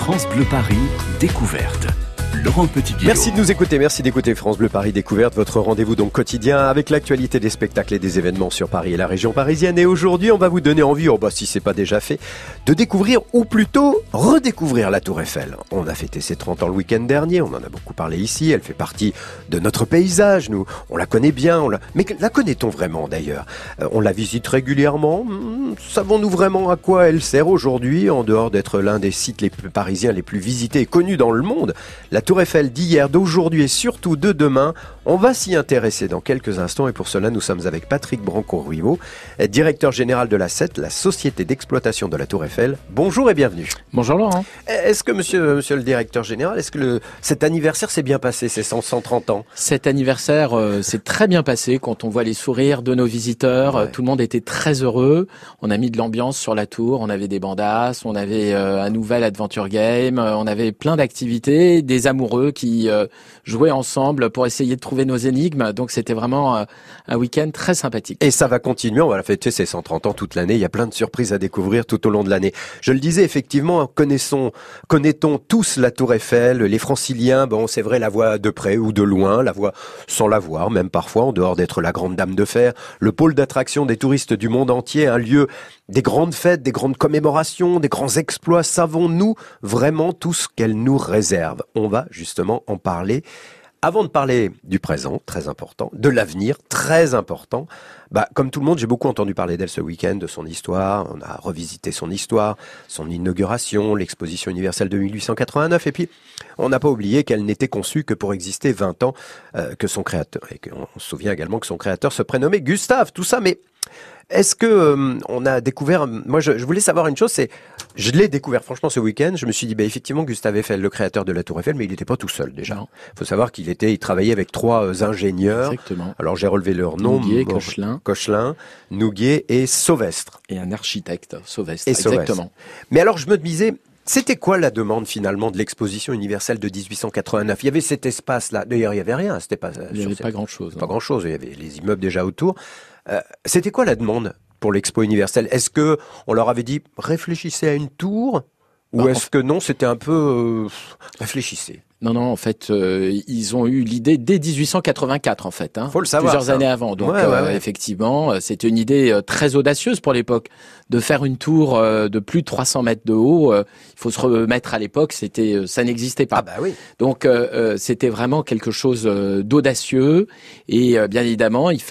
France Bleu Paris, découverte. Laurent Petit-Guillaume. Merci de nous écouter, merci d'écouter France Bleu Paris Découverte, votre rendez-vous donc quotidien avec l'actualité des spectacles et des événements sur Paris et la région parisienne. Et aujourd'hui, on va vous donner envie, si c'est pas déjà fait, de découvrir ou plutôt redécouvrir la Tour Eiffel. On a fêté ses 30 ans le week-end dernier, on en a beaucoup parlé ici, elle fait partie de notre paysage, nous, on la connaît bien, mais la connaît-on vraiment d'ailleurs? On la visite régulièrement, savons-nous vraiment à quoi elle sert aujourd'hui, en dehors d'être l'un des sites les plus parisiens, les plus visités et connus dans le monde? La Tour Eiffel d'hier, d'aujourd'hui et surtout de demain, on va s'y intéresser dans quelques instants et pour cela nous sommes avec Patrick Branco-Ruivo, directeur général de la SET, la Société d'exploitation de la Tour Eiffel. Bonjour et bienvenue. Bonjour Laurent. Est-ce que monsieur le directeur général, est-ce que cet anniversaire s'est bien passé, ces 130 ans? Cet anniversaire s'est très bien passé quand on voit les sourires de nos visiteurs, ouais. Tout le monde était très heureux, on a mis de l'ambiance sur la tour, on avait des bandasses, on avait un nouvel adventure game, on avait plein d'activités, des amoureux qui jouaient ensemble pour essayer de trouver nos énigmes. Donc c'était vraiment un week-end très sympathique. Et ça va continuer, on va fêter ces 130 ans toute l'année. Il y a plein de surprises à découvrir tout au long de l'année. Je le disais, effectivement, connaît-on tous la Tour Eiffel? Les Franciliens, c'est vrai, la voient de près ou de loin, la voient sans la voir, même parfois, en dehors d'être la grande dame de fer, le pôle d'attraction des touristes du monde entier, un lieu des grandes fêtes, des grandes commémorations, des grands exploits. Savons-nous vraiment tout ce qu'elle nous réserve? On va justement en parler. Avant de parler du présent, très important, de l'avenir, très important, comme tout le monde, j'ai beaucoup entendu parler d'elle ce week-end, de son histoire. On a revisité son histoire, son inauguration, l'exposition universelle de 1889. Et puis, on n'a pas oublié qu'elle n'était conçue que pour exister 20 ans, que son créateur, et qu'on se souvient également que son créateur se prénommait Gustave, tout ça, mais est-ce que on a découvert... Moi, je voulais savoir une chose, je l'ai découvert franchement ce week-end. Je me suis dit, effectivement, Gustave Eiffel, le créateur de la Tour Eiffel, mais il n'était pas tout seul déjà. Il faut savoir qu'il travaillait avec 3 ingénieurs. Exactement. Alors j'ai relevé leur nom. Nouguier, Cochelin, Nouguier et Sauvestre. Et un architecte, Sauvestre. Et exactement. Sauvestre. Mais alors je me disais, c'était quoi la demande finalement de l'exposition universelle de 1889? Il y avait cet espace-là. D'ailleurs, il n'y avait rien. Il n'y avait pas grand-chose. Pas grand-chose. Il y avait les immeubles déjà autour. C'était quoi la demande pour l'expo universelle? Est-ce que on leur avait dit réfléchissez à une tour, ou est-ce que non, c'était un peu réfléchissez? Non, en fait, ils ont eu l'idée dès 1884, en fait. Faut le savoir. Plusieurs années avant. Donc, effectivement, c'était une idée très audacieuse pour l'époque de faire une tour de plus de 300 mètres de haut. Il faut se remettre à l'époque, ça n'existait pas. Oui. Donc, c'était vraiment quelque chose d'audacieux. Et bien évidemment, il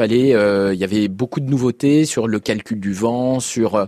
y avait beaucoup de nouveautés sur le calcul du vent, sur,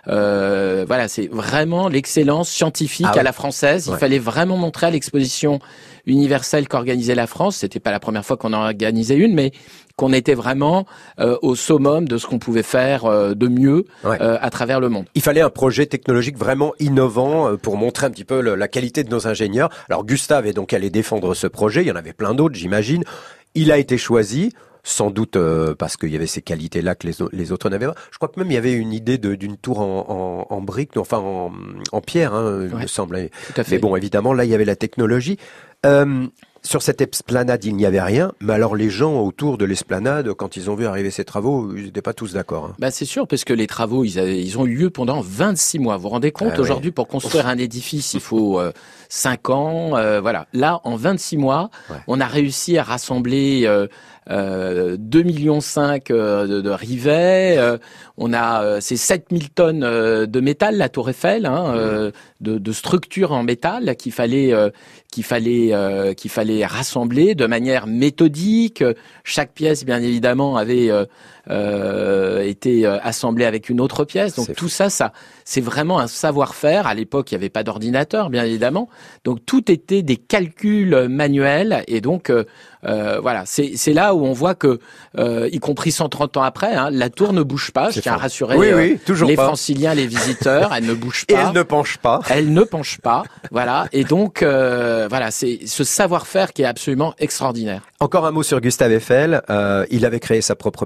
c'est vraiment l'excellence scientifique à la française. Il fallait vraiment montrer à l'exposition universelle qu'organisait la France. C'était pas la première fois qu'on en organisait une, mais qu'on était vraiment au summum de ce qu'on pouvait faire de mieux à travers le monde. Il fallait un projet technologique vraiment innovant pour montrer un petit peu la qualité de nos ingénieurs. Alors Gustave est donc allé défendre ce projet. Il y en avait plein d'autres, j'imagine. Il a été choisi. Sans doute parce qu'il y avait ces qualités-là que les autres n'avaient pas. Je crois que même il y avait une idée d'une tour en briques, en pierre, il me semble. Tout à fait. Mais bon, évidemment, là, il y avait la technologie. Sur cette esplanade, il n'y avait rien. Mais alors, les gens autour de l'esplanade, quand ils ont vu arriver ces travaux, ils n'étaient pas tous d'accord. C'est sûr, parce que les travaux, ils ont eu lieu pendant 26 mois. Vous vous rendez compte, aujourd'hui, pour construire un édifice, il faut 5 ans. Là, en 26 mois, on a réussi à rassembler 2,5 millions de rivets. On a ces 7000 tonnes de métal, la Tour Eiffel, de structures en métal qu'il fallait rassembler de manière méthodique. Chaque pièce, bien évidemment, avait été assemblée avec une autre pièce. Donc tout ça, c'est vraiment un savoir-faire. À l'époque, il n'y avait pas d'ordinateur, bien évidemment. Donc tout était des calculs manuels. Et donc c'est là où on voit que, y compris 130 ans après, la tour ne bouge pas. Je tiens à rassurer les Franciliens, les visiteurs. Elle ne bouge pas. Et elle ne penche pas. Elle ne penche pas. Voilà. Et donc c'est ce savoir-faire qui est absolument extraordinaire. Encore un mot sur Gustave Eiffel. Il avait créé sa propre société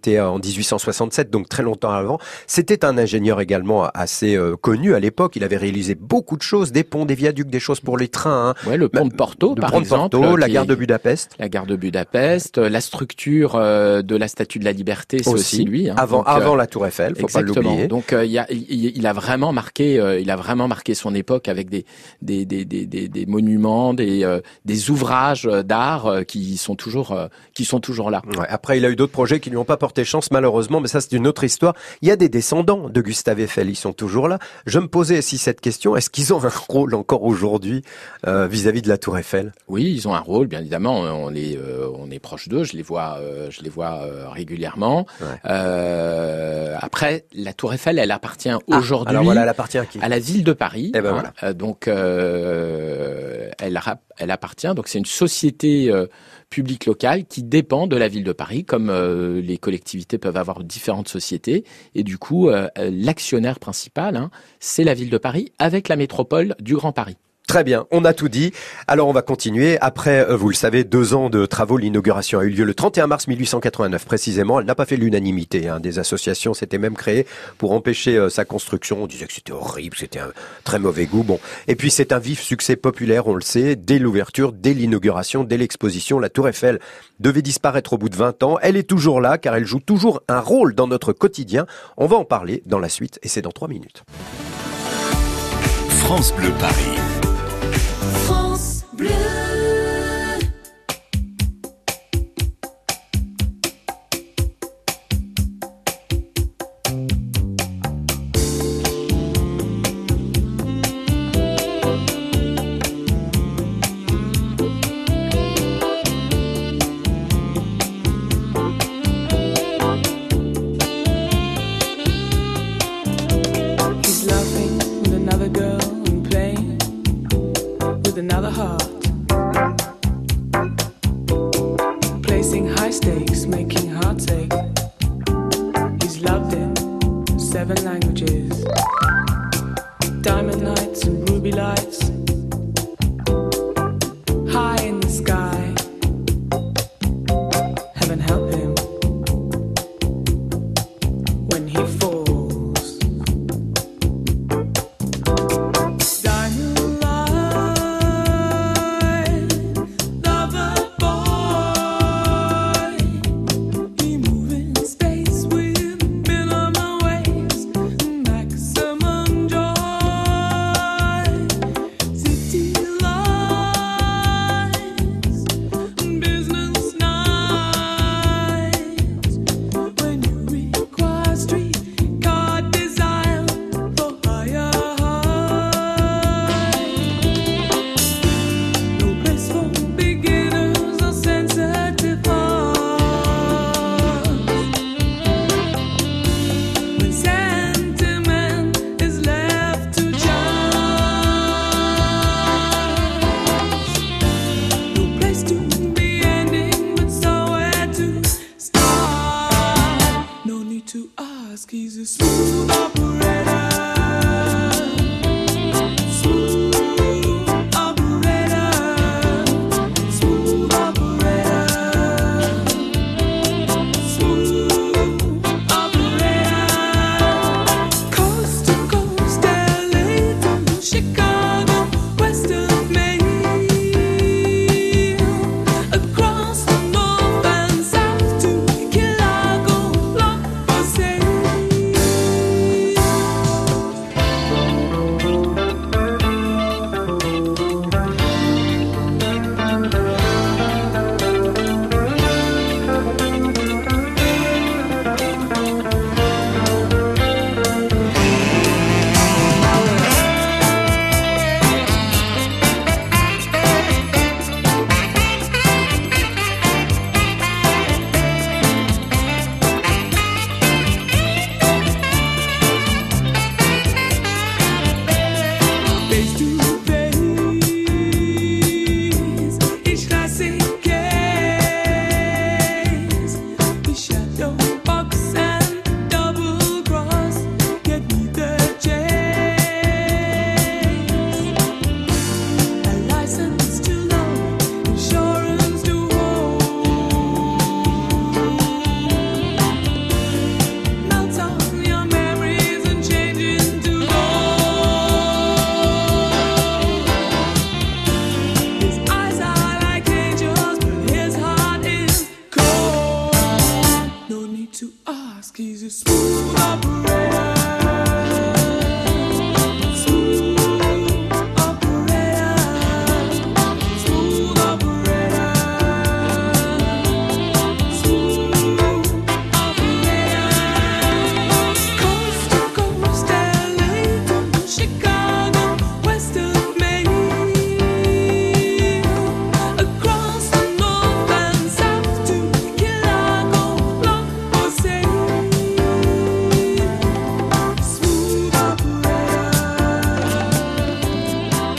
c'était en 1867, donc très longtemps avant. C'était un ingénieur également assez connu à l'époque. Il avait réalisé beaucoup de choses, des ponts, des viaducs, des choses pour les trains. Hein. Ouais, le pont de Porto, par exemple. La gare de Budapest. La gare de Budapest, la structure de la Statue de la Liberté, c'est aussi lui. Hein. Avant la Tour Eiffel, faut pas l'oublier. Donc il a vraiment marqué son époque avec des monuments, des ouvrages d'art qui sont toujours là. Ouais, après, il a eu d'autres projets qui lui ont pas porté chance, malheureusement, mais ça, c'est une autre histoire. Il y a des descendants de Gustave Eiffel, ils sont toujours là. Je me posais aussi cette question, est-ce qu'ils ont un rôle encore aujourd'hui vis-à-vis de la Tour Eiffel? Oui, ils ont un rôle, bien évidemment. On est proche d'eux, je les vois régulièrement. Ouais. Après, la Tour Eiffel, elle appartient aujourd'hui alors voilà, elle appartient à qui? À la ville de Paris. Et ben voilà. Donc, elle appartient. Donc, c'est une société publique locale qui dépend de la ville de Paris, comme les collectivités peuvent avoir différentes sociétés. Et du coup, l'actionnaire principal, c'est la ville de Paris avec la métropole du Grand Paris. Très bien, on a tout dit. Alors on va continuer. Après, vous le savez, 2 ans de travaux, l'inauguration a eu lieu le 31 mars 1889 précisément. Elle n'a pas fait l'unanimité. Des associations s'étaient même créées pour empêcher sa construction. On disait que c'était horrible, c'était un très mauvais goût. Bon, et puis c'est un vif succès populaire, on le sait. Dès l'ouverture, dès l'inauguration, dès l'exposition, la Tour Eiffel devait disparaître au bout de 20 ans. Elle est toujours là car elle joue toujours un rôle dans notre quotidien. On va en parler dans la suite et c'est dans 3 minutes. France Bleu Paris. France Bleu. He's laughing with another girl and playing with another heart. Placing high stakes, making hearts ache. He's loved in 7 languages. Diamond nights and ruby lights. High in the sky. Heaven help him when he falls. Diamond light, lover boy. He moves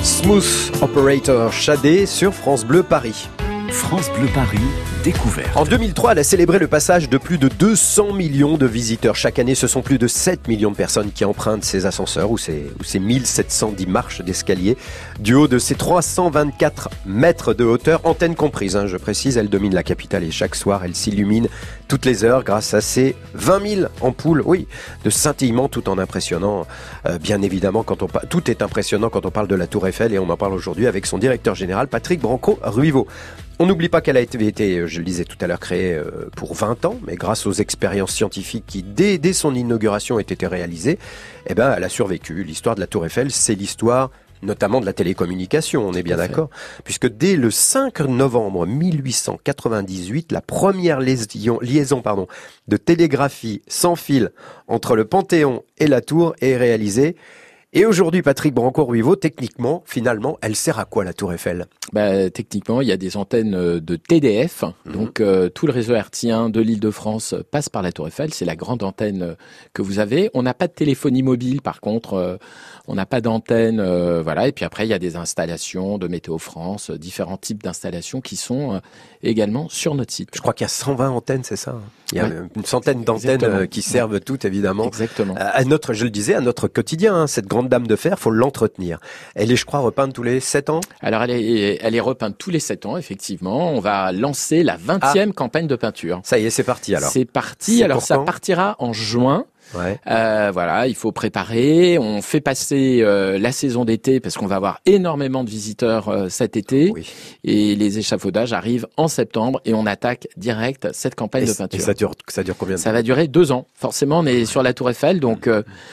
Smooth Operator Shadé sur France Bleu Paris. France Bleu Paris, découverte. En 2003, elle a célébré le passage de plus de 200 millions de visiteurs. Chaque année, ce sont plus de 7 millions de personnes qui empruntent ces ascenseurs ou ces 1710 marches d'escalier. Du haut de ces 324 mètres de hauteur, antenne comprise, je précise, elle domine la capitale et chaque soir, elle s'illumine toutes les heures grâce à ces 20 000 ampoules, de scintillement tout en impressionnant. Bien évidemment, tout est impressionnant quand on parle de la Tour Eiffel et on en parle aujourd'hui avec son directeur général, Patrick Branco-Ruiveau. On n'oublie pas qu'elle a été, je le disais tout à l'heure, créée pour 20 ans, mais grâce aux expériences scientifiques qui, dès son inauguration, ont été réalisées, elle a survécu. L'histoire de la Tour Eiffel, c'est l'histoire notamment de la télécommunication, on est bien d'accord, puisque dès le 5 novembre 1898, la première liaison de télégraphie sans fil entre le Panthéon et la Tour est réalisée. Et aujourd'hui, Patrick Branco-Ruiveau, techniquement, finalement, elle sert à quoi la Tour Eiffel ? Techniquement, il y a des antennes de TDF, donc tout le réseau hertzien de l'Île-de-France passe par la Tour Eiffel, c'est la grande antenne que vous avez. On n'a pas de téléphonie mobile, par contre, on n'a pas d'antenne, Et puis après, il y a des installations de Météo France, différents types d'installations qui sont également sur notre site. Je crois qu'il y a 120 antennes, c'est ça ? Il y a une centaine d'antennes qui servent toutes, évidemment. Exactement. Je le disais, à notre quotidien, cette grande dame de fer, faut l'entretenir. Elle est, je crois, repeinte tous les 7 ans ? Alors, elle est repeinte tous les 7 ans, effectivement. On va lancer la 20e campagne de peinture. Ça y est, c'est parti alors. C'est parti. Alors, ça partira en juin. Ouais. Il faut préparer. On fait passer la saison d'été parce qu'on va avoir énormément de visiteurs cet été. Oui. Et les échafaudages arrivent en septembre et on attaque direct cette campagne de peinture. Et ça dure combien de temps ? Ça va durer 2 ans. Forcément, on est sur la Tour Eiffel, donc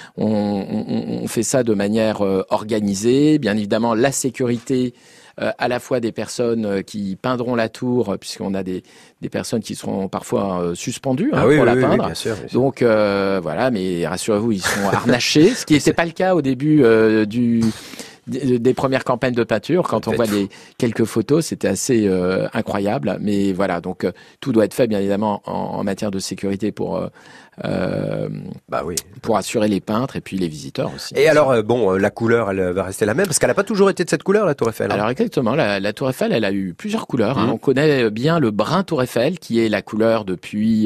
on fait ça de manière organisée. Bien évidemment, la sécurité. À la fois des personnes qui peindront la tour, puisqu'on a des personnes qui seront parfois suspendues pour la peindre. Oui, bien sûr. Donc mais rassurez-vous, ils sont harnachés, ce qui n'était pas le cas au début des premières campagnes de peinture. Quand on voit quelques photos, c'était assez incroyable. Mais voilà, donc tout doit être fait, bien évidemment, en matière de sécurité pour assurer les peintres et puis les visiteurs aussi. Et alors, la couleur, elle va rester la même parce qu'elle n'a pas toujours été de cette couleur, la Tour Eiffel. Alors exactement, la Tour Eiffel, elle a eu plusieurs couleurs. On connaît bien le brun Tour Eiffel, qui est la couleur depuis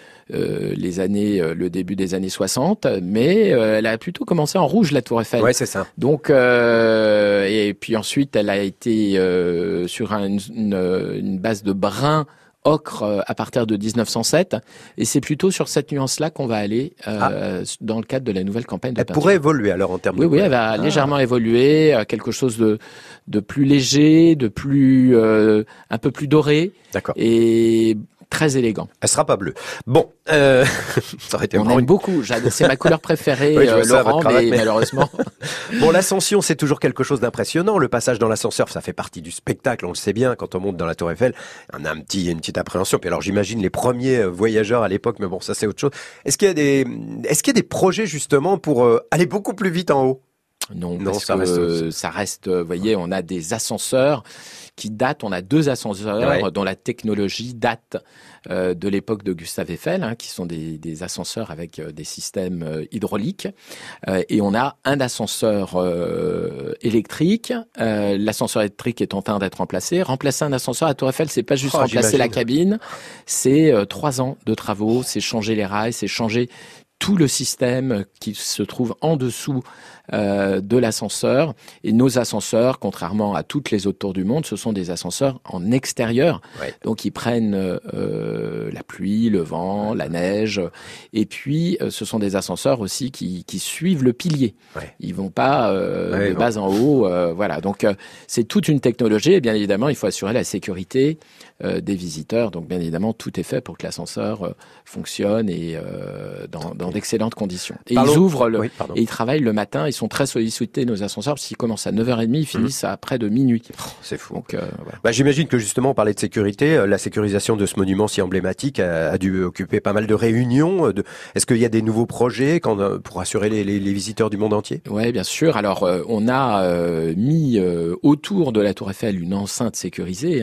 le début des années 60, mais elle a plutôt commencé en rouge, la Tour Eiffel. Ouais, c'est ça. Donc et puis ensuite, elle a été sur une base de brun ocre à partir de 1907, et c'est plutôt sur cette nuance-là qu'on va aller dans le cadre de la nouvelle campagne de peinture. Elle pourrait évoluer alors en termes de Oui, elle va légèrement évoluer, quelque chose de plus léger, de plus un peu plus doré. D'accord. Et très élégant. Elle sera pas bleue. Bon, ça aurait été on aime beaucoup. C'est ma couleur préférée, oui, Laurent, mais malheureusement. Bon, l'ascension, c'est toujours quelque chose d'impressionnant. Le passage dans l'ascenseur, ça fait partie du spectacle. On le sait bien. Quand on monte dans la Tour Eiffel, on a une petite appréhension. Puis alors, j'imagine les premiers voyageurs à l'époque, mais bon, ça c'est autre chose. Est-ce qu'il y a des projets justement pour aller beaucoup plus vite en haut ? Non, parce que ça reste, vous voyez, on a des ascenseurs qui datent, on a 2 ascenseurs dont la technologie date de l'époque de Gustave Eiffel, qui sont des ascenseurs avec des systèmes hydrauliques. Et on a un ascenseur électrique. L'ascenseur électrique est en train d'être remplacé. Remplacer un ascenseur à Tour Eiffel, c'est pas juste remplacer la cabine, c'est 3 ans de travaux, c'est changer les rails, c'est changer tout le système qui se trouve en dessous de l'ascenseur. Et nos ascenseurs, contrairement à toutes les autres tours du monde, ce sont des ascenseurs en extérieur. Ouais. Donc ils prennent la pluie, le vent, la neige. Et puis ce sont des ascenseurs aussi qui suivent le pilier. Ouais. Ils vont pas de bas en haut. Voilà. Donc c'est toute une technologie. Et bien évidemment, il faut assurer la sécurité des visiteurs. Donc bien évidemment, tout est fait pour que l'ascenseur fonctionne et dans d'excellentes conditions. Et ils ouvrent et ils travaillent le matin. Ils sont très sollicités, nos ascenseurs, parce qu'ils commencent à 9h30, ils finissent à près de minuit. C'est fou. Donc, voilà. J'imagine que justement, on parlait de sécurité. La sécurisation de ce monument si emblématique a dû occuper pas mal de réunions. Est-ce qu'il y a des nouveaux projets pour assurer les visiteurs du monde entier ? Oui, bien sûr. Alors, on a mis autour de la Tour Eiffel une enceinte sécurisée,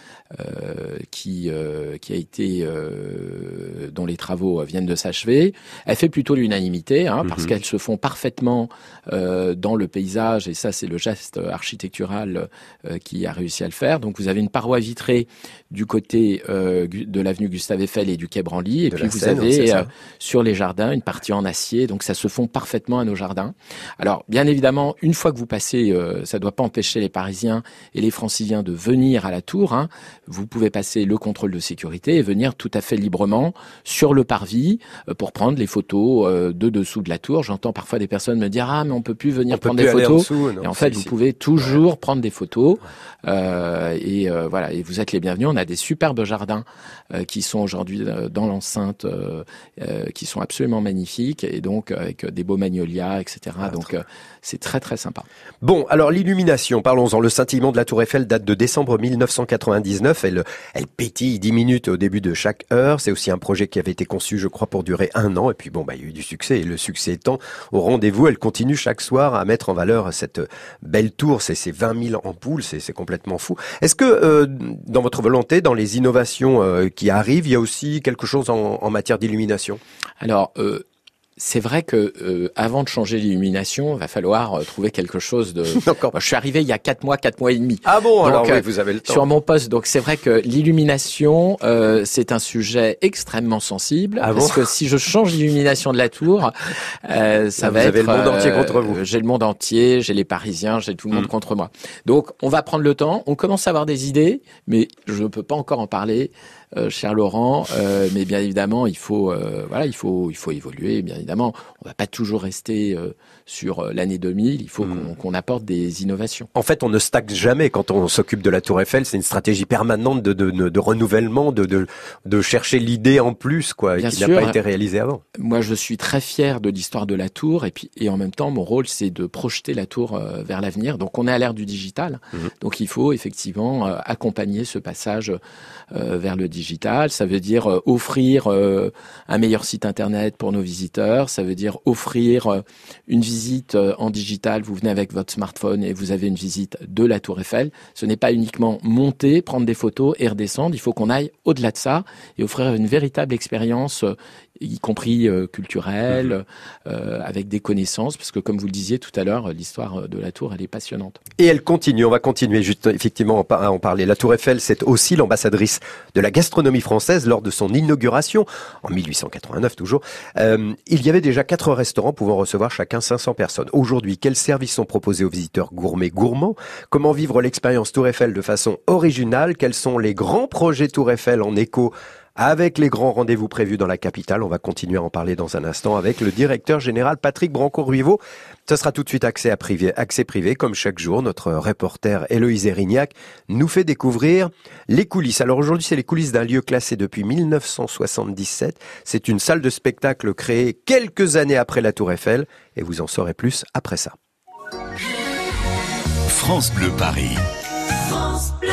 qui a été dont les travaux viennent de s'achever. Elle fait plutôt l'unanimité, parce qu'elles se font parfaitement dans le paysage, et ça c'est le geste architectural qui a réussi à le faire. Donc vous avez une paroi vitrée du côté de l'avenue Gustave Eiffel et du quai Branly, et puis vous avez sur les jardins une partie en acier, donc ça se fond parfaitement à nos jardins. Alors bien évidemment, une fois que vous passez, ça ne doit pas empêcher les Parisiens et les Franciliens de venir à la tour. Vous pouvez passer le contrôle de sécurité et venir tout à fait librement sur le parvis pour prendre les photos de dessous de la tour. J'entends parfois des personnes me dire mais on peut plus venir prendre des photos. Et en fait, vous pouvez toujours prendre des photos. Voilà, et vous êtes les bienvenus. On a des superbes jardins qui sont aujourd'hui dans l'enceinte, qui sont absolument magnifiques, et donc avec des beaux magnolias, etc. Donc c'est très très sympa. Bon, alors l'illumination, parlons-en. Le scintillement de la Tour Eiffel date de décembre 1999. Elle pétille 10 minutes au début de chaque heure. C'est aussi un projet qui avait été conçu, je crois, pour durer 1 an. Et puis il y a eu du succès. Et le succès étant au rendez-vous, elle continue chaque soir à mettre en valeur cette belle tour. C'est 20 000 ampoules, c'est complètement fou. Est-ce que dans votre volonté, dans les innovations qui arrivent, il y a aussi quelque chose en matière d'illumination ? Alors, c'est vrai que avant de changer l'illumination, il va falloir trouver quelque chose de... Je suis arrivé il y a 4 mois et demi. Ah bon, donc, alors oui, vous avez le temps. Sur mon poste, donc c'est vrai que l'illumination, c'est un sujet extrêmement sensible. Parce que si je change l'illumination de la tour, ça va être... Vous avez le monde entier contre vous. J'ai le monde entier, j'ai les Parisiens, j'ai tout le monde contre moi. Donc on va prendre le temps, on commence à avoir des idées, mais je ne peux pas encore en parler. Cher Laurent, mais bien évidemment, il faut évoluer. Bien évidemment, on va pas toujours rester sur l'année 2000. Il faut qu'on apporte des innovations. En fait, on ne stagne jamais quand on s'occupe de la Tour Eiffel. C'est une stratégie permanente de renouvellement, de chercher l'idée en plus, quoi, qui n'a pas été réalisée avant. Moi, je suis très fier de l'histoire de la Tour, et en même temps, mon rôle, c'est de projeter la Tour vers l'avenir. Donc, on est à l'ère du digital. Donc, il faut effectivement accompagner ce passage vers le digital. Ça veut dire offrir un meilleur site internet pour nos visiteurs. Ça veut dire offrir une visite en digital. Vous venez avec votre smartphone et vous avez une visite de la Tour Eiffel. Ce n'est pas uniquement monter, prendre des photos et redescendre. Il faut qu'on aille au-delà de ça et offrir une véritable expérience, y compris culturelle, avec des connaissances, parce que comme vous le disiez tout à l'heure, l'histoire de la Tour, elle est passionnante. Et elle continue, on va continuer juste effectivement à en parler. La Tour Eiffel, c'est aussi l'ambassadrice de la gastronomie française lors de son inauguration, en 1889 toujours. Il y avait déjà 4 restaurants pouvant recevoir chacun 500 personnes. Aujourd'hui, quels services sont proposés aux visiteurs gourmands ? Comment vivre l'expérience Tour Eiffel de façon originale ? Quels sont les grands projets Tour Eiffel en écho avec les grands rendez-vous prévus dans la capitale? On va continuer à en parler dans un instant avec le directeur général Patrick Branco-Ruivo. Ce sera tout de suite accès privé. Comme chaque jour, notre reporter Héloïse Erignac nous fait découvrir les coulisses. Alors aujourd'hui, c'est les coulisses d'un lieu classé depuis 1977. C'est une salle de spectacle créée quelques années après la Tour Eiffel. Et vous en saurez plus après ça. France Bleu Paris. France Bleu.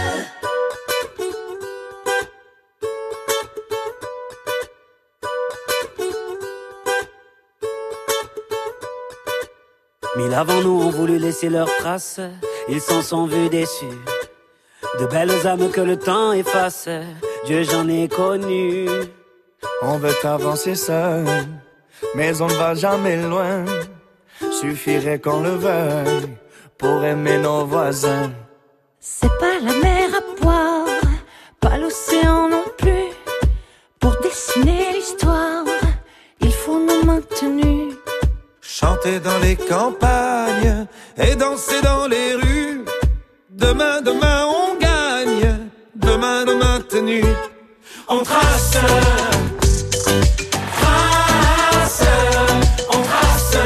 Mille avant nous ont voulu laisser leurs traces, ils s'en sont vus déçus. De belles âmes que le temps efface, Dieu j'en ai connu. On veut avancer seul, mais on ne va jamais loin. Suffirait qu'on le veuille pour aimer nos voisins. C'est pas la mer à boire, pas l'océan non plus. Pour dessiner l'histoire, il faut nos mains tenues. Chanter dans les campagnes et danser dans les rues. Demain, demain, on gagne. Demain, demain, tenue. On trace, trace, on trace,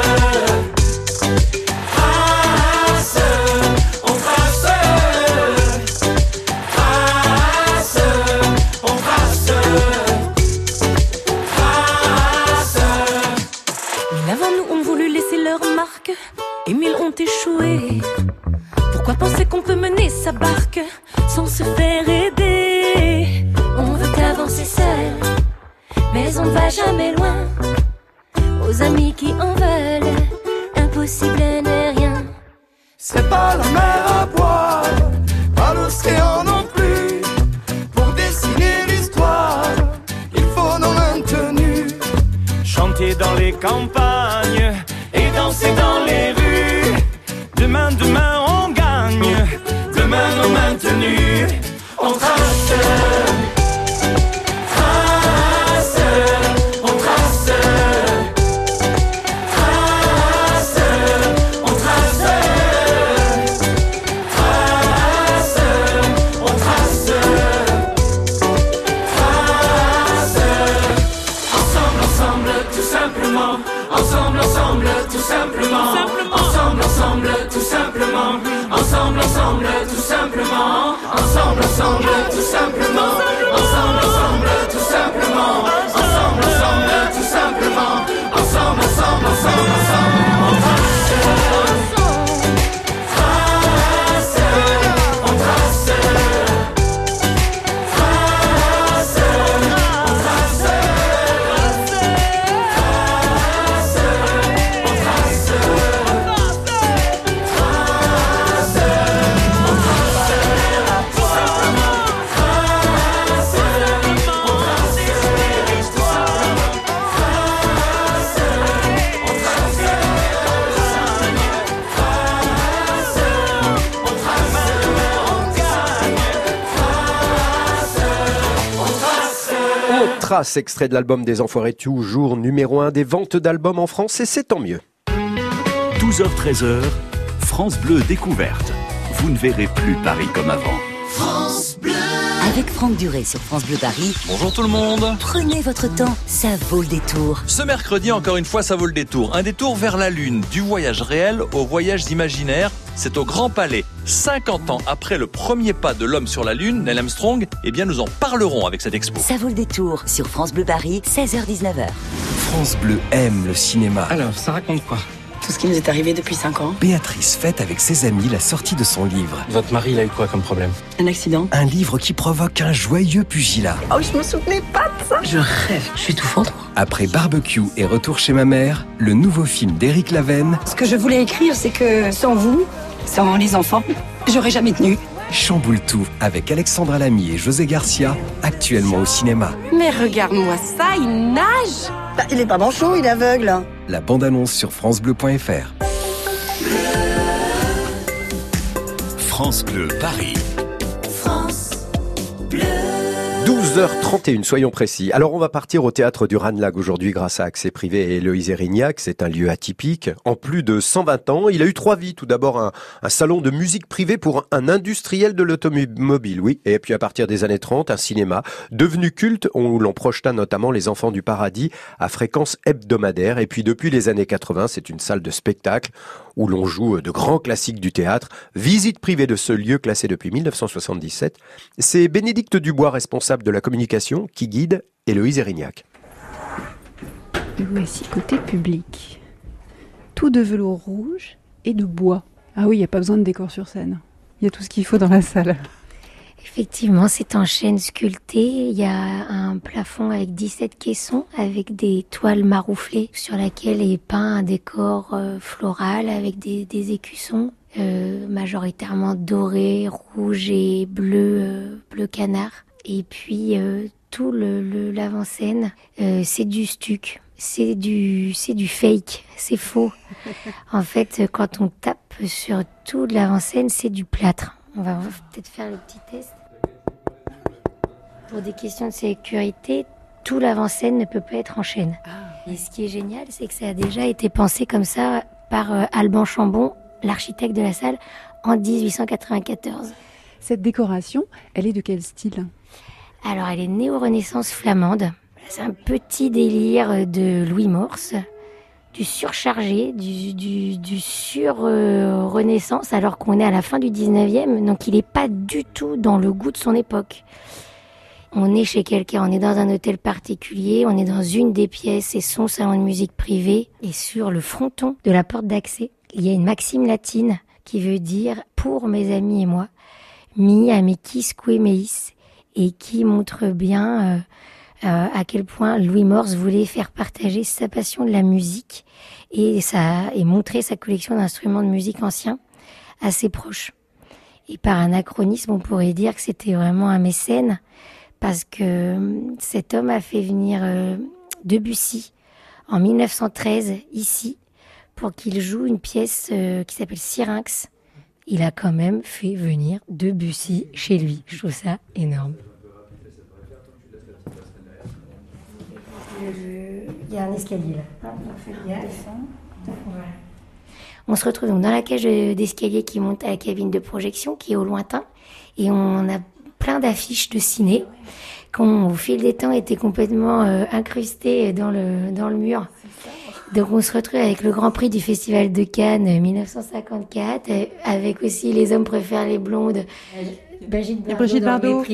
trace, on trace, trace, on trace, trace. Mille avant nous ont voulu laisser leur marque et 1000 ont échoué. Pourquoi penser qu'on peut mener sa barque sans se faire aider? On veut avancer seul, mais on ne va jamais loin. Aux amis qui en veulent, impossible n'est rien. C'est pas la mer à boire, pas l'océan non plus. Pour dessiner l'histoire, il faut nos mains tenues. Chanter campagne et danser dans les rues. Demain, demain, on gagne. Demain, nos mains tenues, on trace. Trace, extrait de l'album des Enfoirés, toujours numéro 1 des ventes d'albums en France, et c'est tant mieux. 12h-13h, France Bleu Découverte. Vous ne verrez plus Paris comme avant. France Bleu. Avec Franck Duré sur France Bleu Paris. Bonjour tout le monde. Prenez votre temps, ça vaut le détour. Ce mercredi, encore une fois, ça vaut le détour. Un détour vers la Lune, du voyage réel au voyage imaginaire. C'est au Grand Palais. 50 ans après le premier pas de l'homme sur la Lune, Neil Armstrong, eh bien nous en parlerons avec cette expo. Ça vaut le détour sur France Bleu Paris, 16h-19h. France Bleu aime le cinéma. Alors, ça raconte quoi ? Tout ce qui nous est arrivé depuis 5 ans. Béatrice fête avec ses amis la sortie de son livre. Votre mari, il a eu quoi comme problème ? Un accident. Un livre qui provoque un joyeux pugilat. Oh, je me souvenais pas de ça. Je rêve, je suis tout fendre. Après Barbecue et Retour chez ma mère, le nouveau film d'Éric Lavenne. Ce que je voulais écrire, c'est que sans vous, sans les enfants, j'aurais jamais tenu. Chamboule tout avec Alexandra Lamy et José Garcia, actuellement au cinéma. Mais regarde-moi ça, il nage. Bah, il est pas manchot, il est aveugle. La bande-annonce sur francebleu.fr. France Bleu Paris. France Bleu. 12h31, soyons précis. Alors on va partir au théâtre du Ranelagh aujourd'hui grâce à Accès Privé et Héloïse Erignac. C'est un lieu atypique. En plus de 120 ans, il a eu 3 vies. Tout d'abord un salon de musique privée pour un industriel de l'automobile, oui. Et puis à partir des années 30, un cinéma devenu culte où l'on projeta notamment Les Enfants du Paradis à fréquence hebdomadaire. Et puis depuis les années 80, c'est une salle de spectacle où l'on joue de grands classiques du théâtre. Visite privée de ce lieu classé depuis 1977. C'est Bénédicte Dubois, responsable de la communication, qui guide Héloïse Erignac. Voici côté public. Tout de velours rouge et de bois. Ah oui, il n'y a pas besoin de décor sur scène. Il y a tout ce qu'il faut dans la salle. Effectivement, c'est en chêne sculpté. Il y a un plafond avec 17 caissons, avec des toiles marouflées sur laquelle est peint un décor floral avec des écussons majoritairement dorés, rouges et bleu canard. Et puis tout l'avant-scène, c'est du stuc, c'est du fake, c'est faux. En fait, quand on tape sur tout l'avant-scène, c'est du plâtre. On va peut-être faire le petit test. Pour des questions de sécurité, tout l'avant-scène ne peut pas être en chêne. Et ce qui est génial, c'est que ça a déjà été pensé comme ça par Alban Chambon, l'architecte de la salle, en 1894. Cette décoration, elle est de quel style ? Alors, elle est néo-renaissance flamande. C'est un petit délire de Louis Morse, du surchargé, du sur-renaissance, alors qu'on est à la fin du 19e, donc il n'est pas du tout dans le goût de son époque. On est chez quelqu'un, on est dans un hôtel particulier, on est dans une des pièces et son salon de musique privé. Et sur le fronton de la porte d'accès, il y a une maxime latine qui veut dire « pour mes amis et moi », mi amicis que meis, et qui montre bien à quel point Louis Morse voulait faire partager sa passion de la musique et montrer sa collection d'instruments de musique anciens à ses proches. Et par anachronisme, on pourrait dire que c'était vraiment un mécène, parce que cet homme a fait venir Debussy en 1913 ici pour qu'il joue une pièce qui s'appelle Syrinx. Il a quand même fait venir Debussy chez lui. Je trouve ça énorme. Il y a un escalier là. On se retrouve donc dans la cage d'escalier qui monte à la cabine de projection qui est au lointain. Et on a plein d'affiches de ciné qui, au fil des temps, étaient complètement incrustées dans le mur. Donc on se retrouve avec le Grand Prix du Festival de Cannes 1954, avec aussi Les hommes préfèrent les blondes, Brigitte Bardot.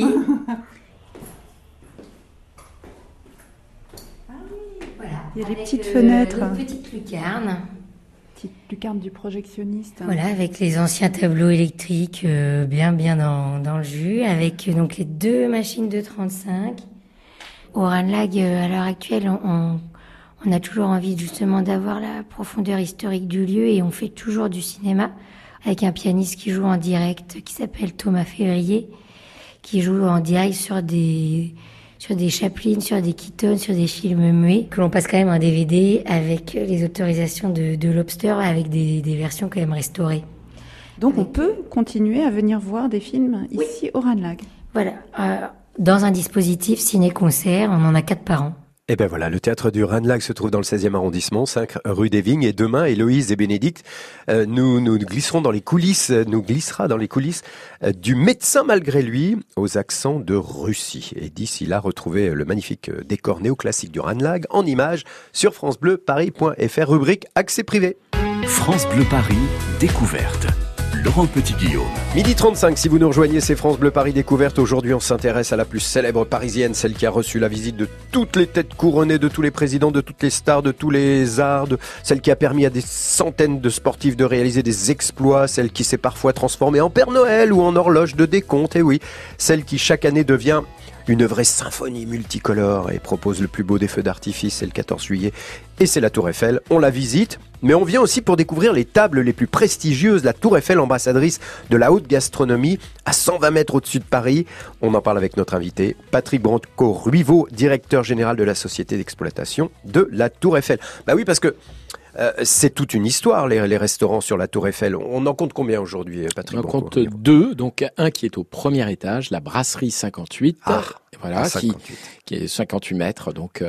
Voilà. Il y a des petites fenêtres. Une petite lucarne. Petite lucarne du projectionniste. Voilà, avec les anciens tableaux électriques bien dans le jus, avec donc les 2 machines de 35. Au Ranelagh, à l'heure actuelle, on a toujours envie justement d'avoir la profondeur historique du lieu et on fait toujours du cinéma avec un pianiste qui joue en direct qui s'appelle Thomas Février, qui joue en direct sur des Chaplin, sur des Keaton, sur des films muets, que l'on passe quand même en DVD avec les autorisations de Lobster, avec des versions quand même restaurées. Donc on peut continuer à venir voir des films ici au Ranelagh. Voilà, dans un dispositif ciné-concert, on en a 4 par an. Et ben voilà, le théâtre du Ranelagh se trouve dans le 16e arrondissement, 5 rue des Vignes. Et demain, Héloïse et Bénédicte nous glissera dans les coulisses du médecin malgré lui aux accents de Russie. Et d'ici là, retrouvez le magnifique décor néoclassique du Ranelagh en images sur francebleuparis.fr, rubrique accès privé. France Bleu Paris, découverte. Laurent Petit-Guillaume. 12h35, si vous nous rejoignez, c'est France Bleu Paris Découverte. Aujourd'hui, on s'intéresse à la plus célèbre parisienne, celle qui a reçu la visite de toutes les têtes couronnées, de tous les présidents, de toutes les stars, de tous les arts, celle qui a permis à des centaines de sportifs de réaliser des exploits, celle qui s'est parfois transformée en Père Noël ou en horloge de décompte, et oui, celle qui chaque année devient une vraie symphonie multicolore et propose le plus beau des feux d'artifice, c'est le 14 juillet, et c'est la Tour Eiffel. On la visite, mais on vient aussi pour découvrir les tables les plus prestigieuses. La Tour Eiffel, ambassadrice de la haute gastronomie, à 120 mètres au-dessus de Paris. On en parle avec notre invité, Patrick Branco-Ruiveau, directeur général de la société d'exploitation de la Tour Eiffel. Bah oui, parce que c'est toute une histoire, les restaurants sur la Tour Eiffel. On en compte combien aujourd'hui, Patrick? On en compte 2, donc un qui est au premier étage, la brasserie 58, voilà, 58. Qui est 58 mètres. Donc,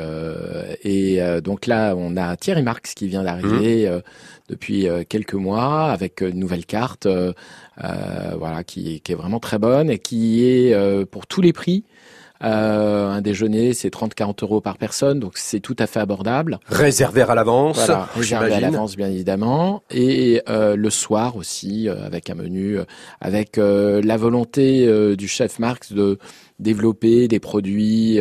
donc là, on a Thierry Marx qui vient d'arriver depuis quelques mois avec une nouvelle carte, voilà, qui est vraiment très bonne et qui est pour tous les prix. Un déjeuner, c'est 30-40 € par personne, donc c'est tout à fait abordable. Réservé à l'avance, voilà, réservé à l'avance, bien évidemment. Et le soir aussi, avec un menu, avec la volonté du chef Marx de développer des produits,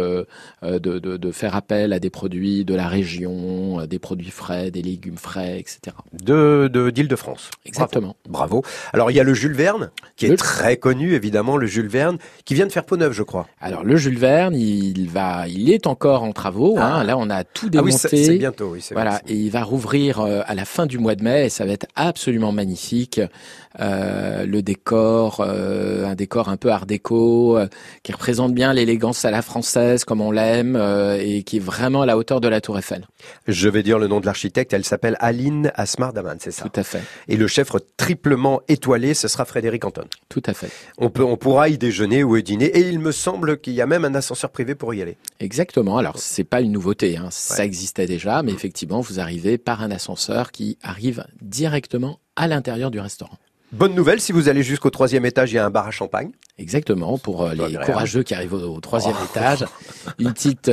de faire appel à des produits de la région, des produits frais, des légumes frais, etc. D'Île-de-France. Exactement. Bravo. Alors il y a le Jules Verne, qui est très connu évidemment, le Jules Verne, qui vient de faire peau neuve, je crois. Alors le Jules Verne, il est encore en travaux. Hein. Là, on a tout démonté. Ah oui, c'est bientôt. Oui, voilà, vrai, et il va rouvrir à la fin du mois de mai, et ça va être absolument magnifique. Le décor, un décor un peu art déco, qui représente bien l'élégance à la française, comme on l'aime, et qui est vraiment à la hauteur de la Tour Eiffel. Je vais dire le nom de l'architecte. Elle s'appelle Aline Asmar-Daman, c'est ça? Tout à fait. Et le chef triplement étoilé, ce sera Frédéric Anton. Tout à fait. On pourra y déjeuner ou y dîner, et il me semble qu'il y a même un ascenseur privé pour y aller. Exactement. Alors, c'est pas une nouveauté, hein. Ça existait déjà, mais effectivement, vous arrivez par un ascenseur qui arrive directement à l'intérieur du restaurant. Bonne nouvelle, si vous allez jusqu'au 3e étage, il y a un bar à champagne. Exactement, pour les courageux qui arrivent au 3e étage. Une petite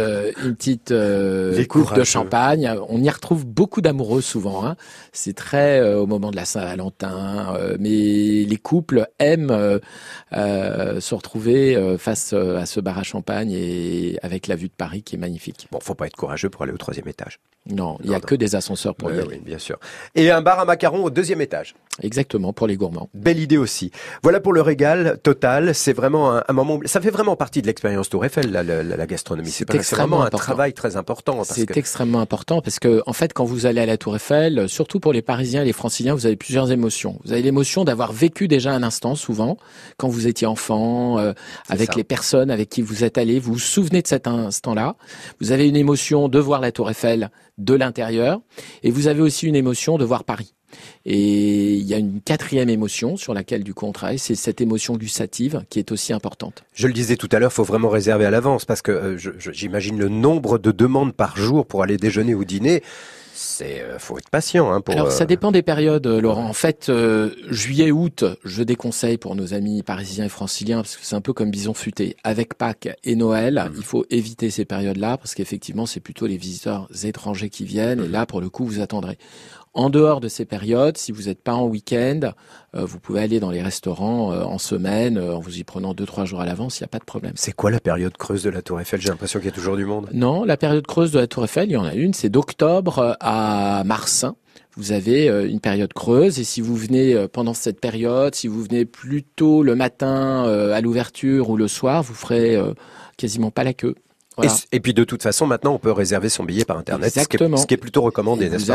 coupe de champagne. On y retrouve beaucoup d'amoureux souvent. Hein. C'est très au moment de la Saint-Valentin. Mais les couples aiment se retrouver face à ce bar à champagne et avec la vue de Paris qui est magnifique. Bon, faut pas être courageux pour aller au 3e étage. Non, il n'y a que des ascenseurs pour y aller. Oui, bien sûr. Et un bar à macarons au 2e étage. Exactement, pour les gourmands. Belle idée aussi. Voilà pour le régal total. c'est vraiment un moment. Ça fait vraiment partie de l'expérience Tour Eiffel, la gastronomie. C'est vraiment un travail très important. C'est extrêmement important parce que, en fait, quand vous allez à la Tour Eiffel, surtout pour les Parisiens et les Franciliens, vous avez plusieurs émotions. Vous avez l'émotion d'avoir vécu déjà un instant, souvent, quand vous étiez enfant, avec les personnes avec qui vous êtes allés. Vous vous souvenez de cet instant-là. Vous avez une émotion de voir la Tour Eiffel de l'intérieur, et vous avez aussi une émotion de voir Paris. Et il y a une quatrième émotion sur laquelle du coup on travaille, c'est cette émotion gustative qui est aussi importante. Je le disais tout à l'heure, faut vraiment réserver à l'avance parce que j'imagine le nombre de demandes par jour pour aller déjeuner ou dîner. Faut être patient. Alors ça dépend des périodes, Laurent. En fait, juillet, août, je déconseille pour nos amis parisiens et franciliens parce que c'est un peu comme bison futé. Avec Pâques et Noël, il faut éviter ces périodes-là parce qu'effectivement, c'est plutôt les visiteurs étrangers qui viennent. Et là, pour le coup, vous attendrez. En dehors de ces périodes, si vous n'êtes pas en week-end, vous pouvez aller dans les restaurants en semaine, en vous y prenant 2-3 jours à l'avance, il n'y a pas de problème. C'est quoi la période creuse de la Tour Eiffel? J'ai l'impression qu'il y a toujours du monde. Non, la période creuse de la Tour Eiffel, il y en a une, c'est d'octobre à mars. Vous avez une période creuse et si vous venez pendant cette période, si vous venez plus tôt le matin à l'ouverture ou le soir, vous ferez quasiment pas la queue. Voilà. Et puis de toute façon, maintenant, on peut réserver son billet par Internet, ce qui est plutôt recommandé, n'est-ce pas?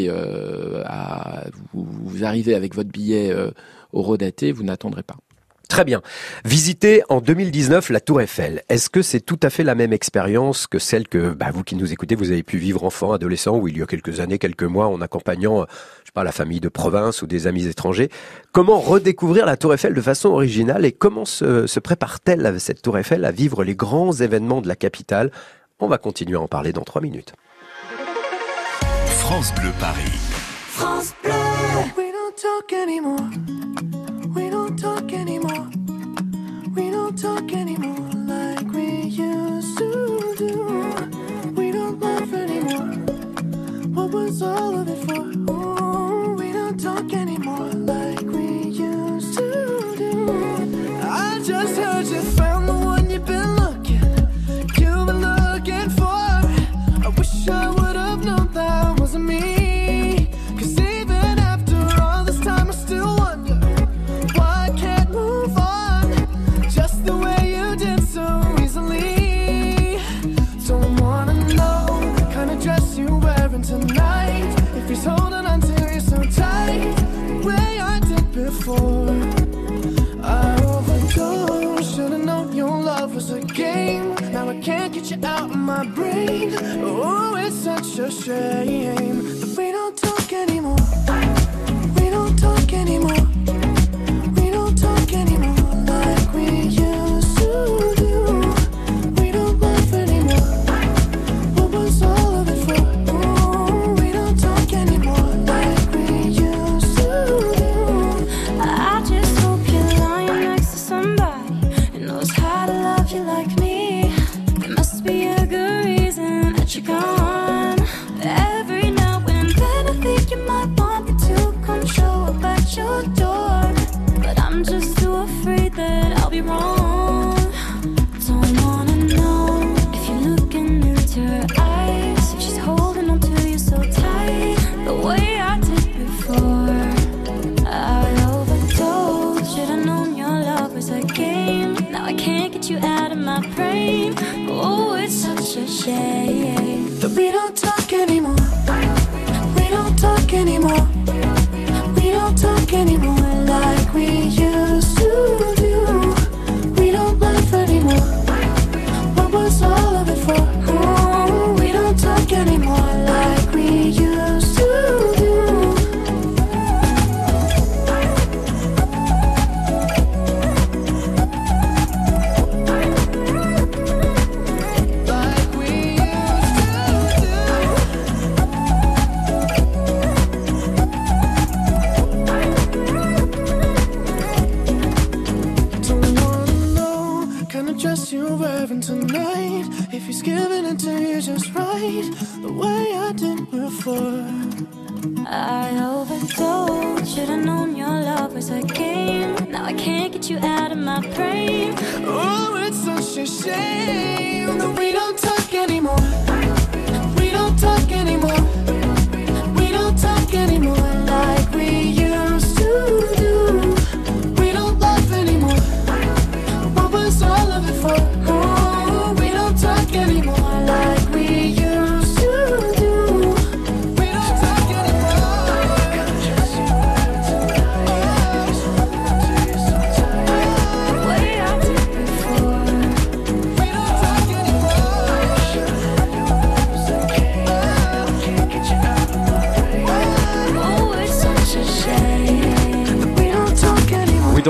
Vous arrivez avec votre billet horodaté, vous n'attendrez pas. Très bien. Visiter en 2019 la Tour Eiffel. Est-ce que c'est tout à fait la même expérience que celle que vous qui nous écoutez, vous avez pu vivre enfant, adolescent, ou il y a quelques années, quelques mois, en accompagnant, la famille de province ou des amis étrangers? Comment redécouvrir la Tour Eiffel de façon originale et comment se prépare-t-elle cette Tour Eiffel à vivre les grands événements de la capitale? On va continuer à en parler dans 3 minutes. France Bleu Paris. France Bleu. We don't talk anymore. We don't talk anymore. We don't talk anymore like we used to do. We don't laugh anymore. What was all of it for? Ooh, we don't talk anymore like we used to do. I just heard you found the one you've been looking for. I wish I would have known that wasn't me. He's holding on to you so tight, the way I did before. I overdosed, should've known your love was a game. Now I can't get you out of my brain. Oh, it's such a shame that we don't talk anymore. We don't talk anymore. We don't talk anymore like we used to do. We don't laugh anymore. What was all of it for? That we don't talk anymore. We don't talk anymore. We don't talk anymore like we used to do. We don't laugh anymore. What was all of it for? Oh, we don't talk anymore like we used to do. Tonight, if he's giving it to you just right, the way I did before. I overdosed, should've known your love was a game. Now I can't get you out of my brain. Oh, it's such a shame that we don't talk anymore. We don't talk anymore. We don't talk anymore like we used to do. We don't laugh anymore.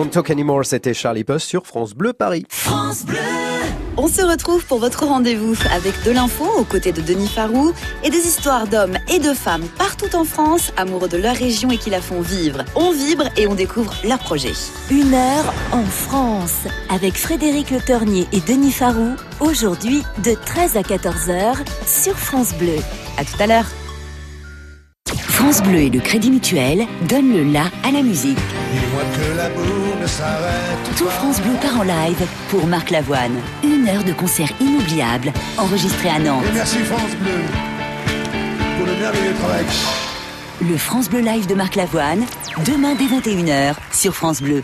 Can't Talk Anymore, c'était Charlie Puth sur France Bleu Paris. France Bleu. On se retrouve pour votre rendez-vous avec de l'info aux côtés de Denis Farou et des histoires d'hommes et de femmes partout en France, amoureux de leur région et qui la font vivre. On vibre et on découvre leurs projets. 1 heure en France avec Frédéric Le Tornier et Denis Farou. Aujourd'hui de 13 à 14h sur France Bleu. À tout à l'heure. France Bleu et le Crédit Mutuel donnent le la à la musique. Dis-moi que l'amour ne s'arrête Tout France Bleu part en live pour Marc Lavoine. 1 heure de concert inoubliable enregistré à Nantes. Et merci France Bleu pour le merveilleux travail. Le France Bleu Live de Marc Lavoine, demain dès 21h sur France Bleu.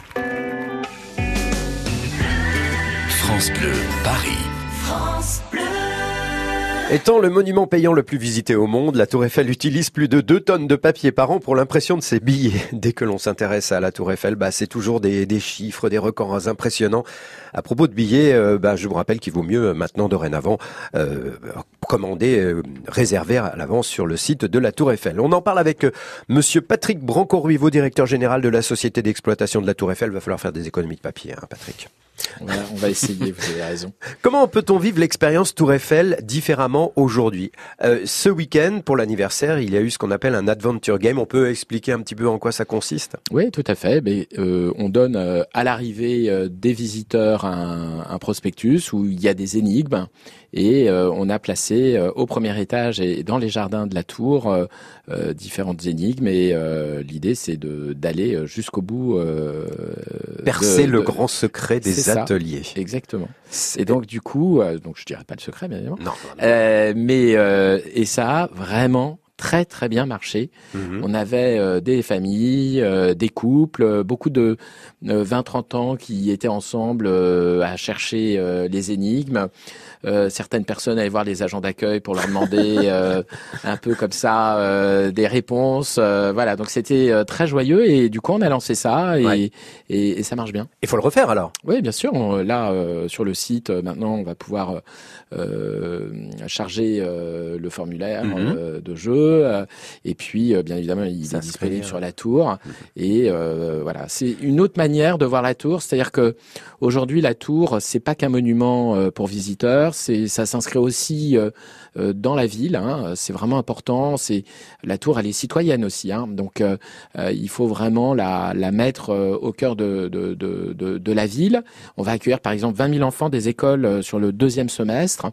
France Bleu, Paris. France Bleu. Étant le monument payant le plus visité au monde, la Tour Eiffel utilise plus de 2 tonnes de papier par an pour l'impression de ses billets. Dès que l'on s'intéresse à la Tour Eiffel, c'est toujours des chiffres, des records impressionnants. À propos de billets, je vous rappelle qu'il vaut mieux maintenant dorénavant commander, réserver à l'avance sur le site de la Tour Eiffel. On en parle avec Monsieur Patrick Branco-Ruiveau, directeur général de la Société d'exploitation de la Tour Eiffel. Va falloir faire des économies de papier, Patrick. On va essayer, vous avez raison. Comment peut-on vivre l'expérience Tour Eiffel différemment aujourd'hui ? Ce week-end, pour l'anniversaire, il y a eu ce qu'on appelle un adventure game. On peut expliquer un petit peu en quoi ça consiste ? Oui, tout à fait. Mais, on donne à l'arrivée des visiteurs un prospectus où il y a des énigmes et on a placé au premier étage et dans les jardins de la tour différentes énigmes et l'idée c'est d'aller jusqu'au bout. Percer le grand secret des ateliers. Exactement. Et donc du coup, donc je dirais pas le secret bien évidemment. Non. Et ça a vraiment très très bien marché. On avait des familles, des couples, beaucoup de 20-30 ans qui étaient ensemble à chercher les énigmes. Certaines personnes allaient voir les agents d'accueil pour leur demander un peu comme ça des réponses. Voilà, donc c'était très joyeux et du coup on a lancé ça et ça marche bien. Il faut le refaire alors ? Oui, bien sûr. Là, sur le site, maintenant on va pouvoir charger le formulaire de jeu et puis bien évidemment il est disponible sur la tour et voilà, c'est une autre manière de voir la tour, c'est-à-dire que aujourd'hui la tour c'est pas qu'un monument pour visiteurs, ça s'inscrit aussi dans la ville, c'est vraiment important. La tour elle est citoyenne aussi, donc il faut vraiment la mettre au cœur de la ville. On va accueillir par exemple 20 000 enfants des écoles sur le 2e semestre.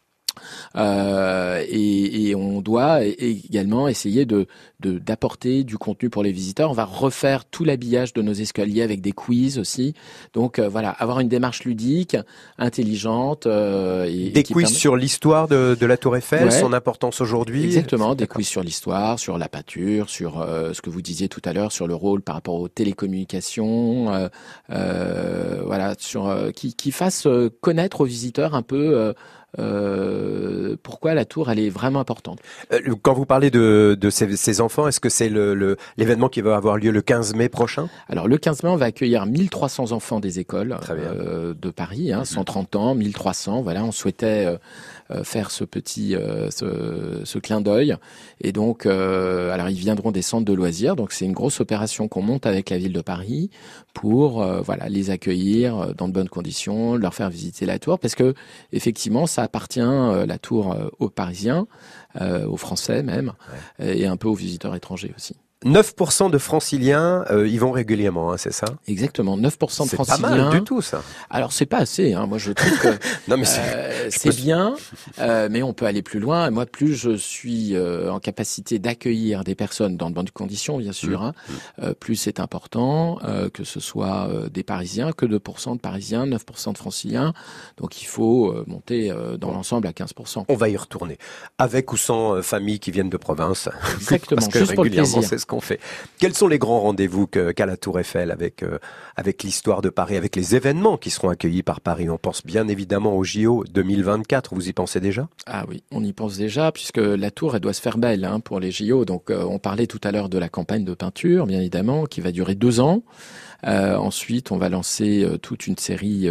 Et on doit également essayer d'apporter du contenu pour les visiteurs. On va refaire tout l'habillage de nos escaliers avec des quiz aussi. Donc voilà, avoir une démarche ludique, intelligente. Des quiz sur l'histoire de la Tour Eiffel, son importance aujourd'hui. Exactement, des quiz sur l'histoire, sur la peinture, sur ce que vous disiez tout à l'heure, sur le rôle par rapport aux télécommunications. Voilà, qui fassent connaître aux visiteurs un peu pourquoi la tour elle est vraiment importante. Quand vous parlez de ces enfants, est-ce que c'est l'événement qui va avoir lieu le 15 mai prochain ? Alors le 15 mai, on va accueillir 1300 enfants des écoles de Paris, 130 ans, 1300. Voilà, on souhaitait faire ce petit ce clin d'œil et donc alors ils viendront des centres de loisirs, donc c'est une grosse opération qu'on monte avec la ville de Paris pour les accueillir dans de bonnes conditions, leur faire visiter la tour parce que effectivement ça appartient la tour aux Parisiens, aux Français même et un peu aux visiteurs étrangers aussi. 9% de Franciliens y vont régulièrement, c'est ça ? Exactement, 9% de Franciliens. C'est pas mal du tout, ça. Alors, c'est pas assez. Moi, je trouve que non, mais c'est bien, mais on peut aller plus loin. Et moi, plus je suis en capacité d'accueillir des personnes dans de bonnes conditions, bien sûr, plus c'est important que ce soit des Parisiens, que 2% de Parisiens, 9% de Franciliens. Donc, il faut monter dans l'ensemble à 15%. On va y retourner, avec ou sans familles qui viennent de province. Exactement, parce que juste pour le plaisir. C'est ce qu'on fait. Quels sont les grands rendez-vous qu'a la Tour Eiffel avec l'histoire de Paris, avec les événements qui seront accueillis par Paris ? On pense bien évidemment au JO 2024. Vous y pensez déjà ? Ah oui, on y pense déjà puisque la Tour elle doit se faire belle pour les JO. Donc on parlait tout à l'heure de la campagne de peinture, bien évidemment, qui va durer 2 ans. Ensuite, on va lancer toute une série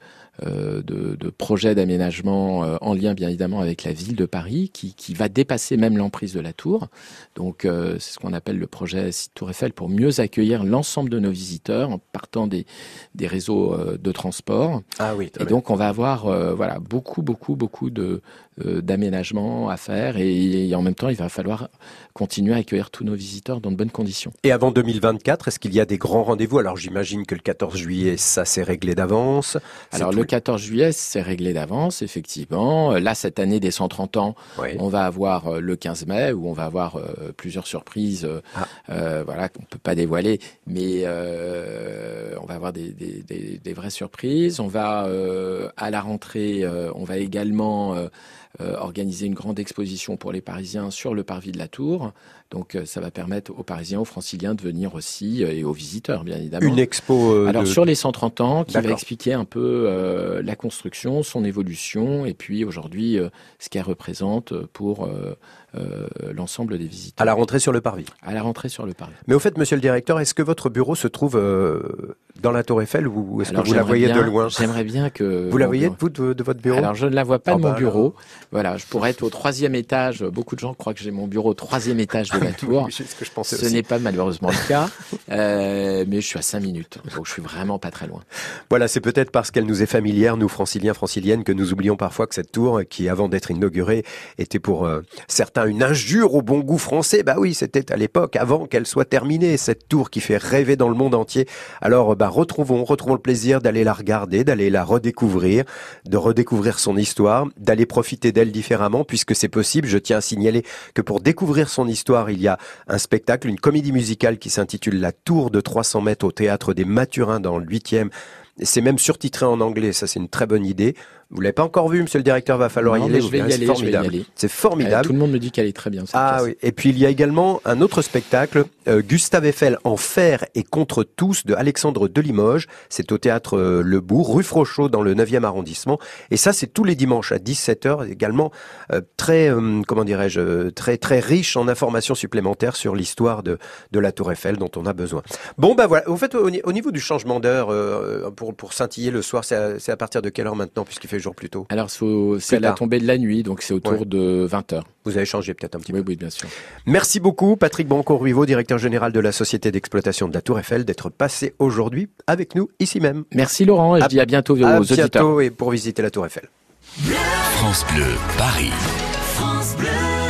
de projets d'aménagement en lien bien évidemment avec la ville de Paris qui va dépasser même l'emprise de la tour. Donc c'est ce qu'on appelle le projet Site Tour Eiffel pour mieux accueillir l'ensemble de nos visiteurs en partant des réseaux de transport. Ah oui. Et donc on va avoir beaucoup d'aménagements à faire et en même temps il va falloir continuer à accueillir tous nos visiteurs dans de bonnes conditions. Et avant 2024, est-ce qu'il y a des grands rendez-vous? Alors j'imagine que le 14 juillet, ça s'est réglé d'avance. Alors le 14 juillet, c'est réglé d'avance, effectivement. Là, cette année des 130 ans, on va avoir le 15 mai où on va avoir plusieurs surprises, qu'on peut pas dévoiler, mais on va avoir des vraies surprises. On va à la rentrée, on va également organiser une grande exposition pour les Parisiens sur le parvis de la Tour. Donc ça va permettre aux Parisiens, aux Franciliens de venir aussi et aux visiteurs bien évidemment. Une expo sur les 130 ans qui va expliquer un peu la construction, son évolution et puis aujourd'hui ce qu'elle représente pour l'ensemble des visiteurs. À la rentrée sur le parvis. À la rentrée sur le parvis. Mais au fait, monsieur le directeur, est-ce que votre bureau se trouve dans la Tour Eiffel ou est-ce que vous la voyez de loin? J'aimerais bien que... Vous la voyez de votre bureau? Alors je ne la vois pas de mon bureau. Voilà, je pourrais être au 3e étage. Beaucoup de gens croient que j'ai mon bureau au 3e étage de la tour. C'est ce que je pensais Ce n'est pas malheureusement le cas, mais je suis à 5 minutes, donc je suis vraiment pas très loin. Voilà, c'est peut-être parce qu'elle nous est familière, nous franciliens, franciliennes, que nous oublions parfois que cette tour, qui avant d'être inaugurée, était pour certains une injure au bon goût français. Bah oui, c'était à l'époque, avant qu'elle soit terminée, cette tour qui fait rêver dans le monde entier. Alors, retrouvons le plaisir d'aller la regarder, d'aller la redécouvrir, de redécouvrir son histoire, d'aller profiter d'elle différemment, puisque c'est possible. Je tiens à signaler que pour découvrir son histoire, il y a un spectacle, une comédie musicale qui s'intitule La Tour de 300 mètres au Théâtre des Mathurins dans le 8e. C'est même surtitré en anglais, ça c'est une très bonne idée. Vous l'avez pas encore vu, monsieur le directeur, va falloir y aller. Je vais y aller. C'est formidable. Tout le monde me dit qu'elle est très bien. Oui. Et puis il y a également un autre spectacle, Gustave Eiffel en fer et contre tous de Alexandre de Limoges. C'est au théâtre Le Bourg, rue Frochot dans le 9e arrondissement. Et ça, c'est tous les dimanches à 17h également. Très très riche en informations supplémentaires sur l'histoire de la Tour Eiffel dont on a besoin. Bon, voilà. Au fait, au niveau du changement d'heure, pour scintiller le soir, c'est à partir de quelle heure maintenant, puisqu'il fait jour plus tôt? Alors, c'est la tombée de la nuit, donc c'est autour de 20h. Vous avez changé peut-être un petit peu. Oui, bien sûr. Merci beaucoup, Patrick Branco-Ruiveau, directeur général de la Société d'exploitation de la Tour Eiffel, d'être passé aujourd'hui avec nous, ici même. Merci Laurent, et je dis à bientôt aux auditeurs. À bientôt et pour visiter la Tour Eiffel. France Bleu, Paris. France Bleu.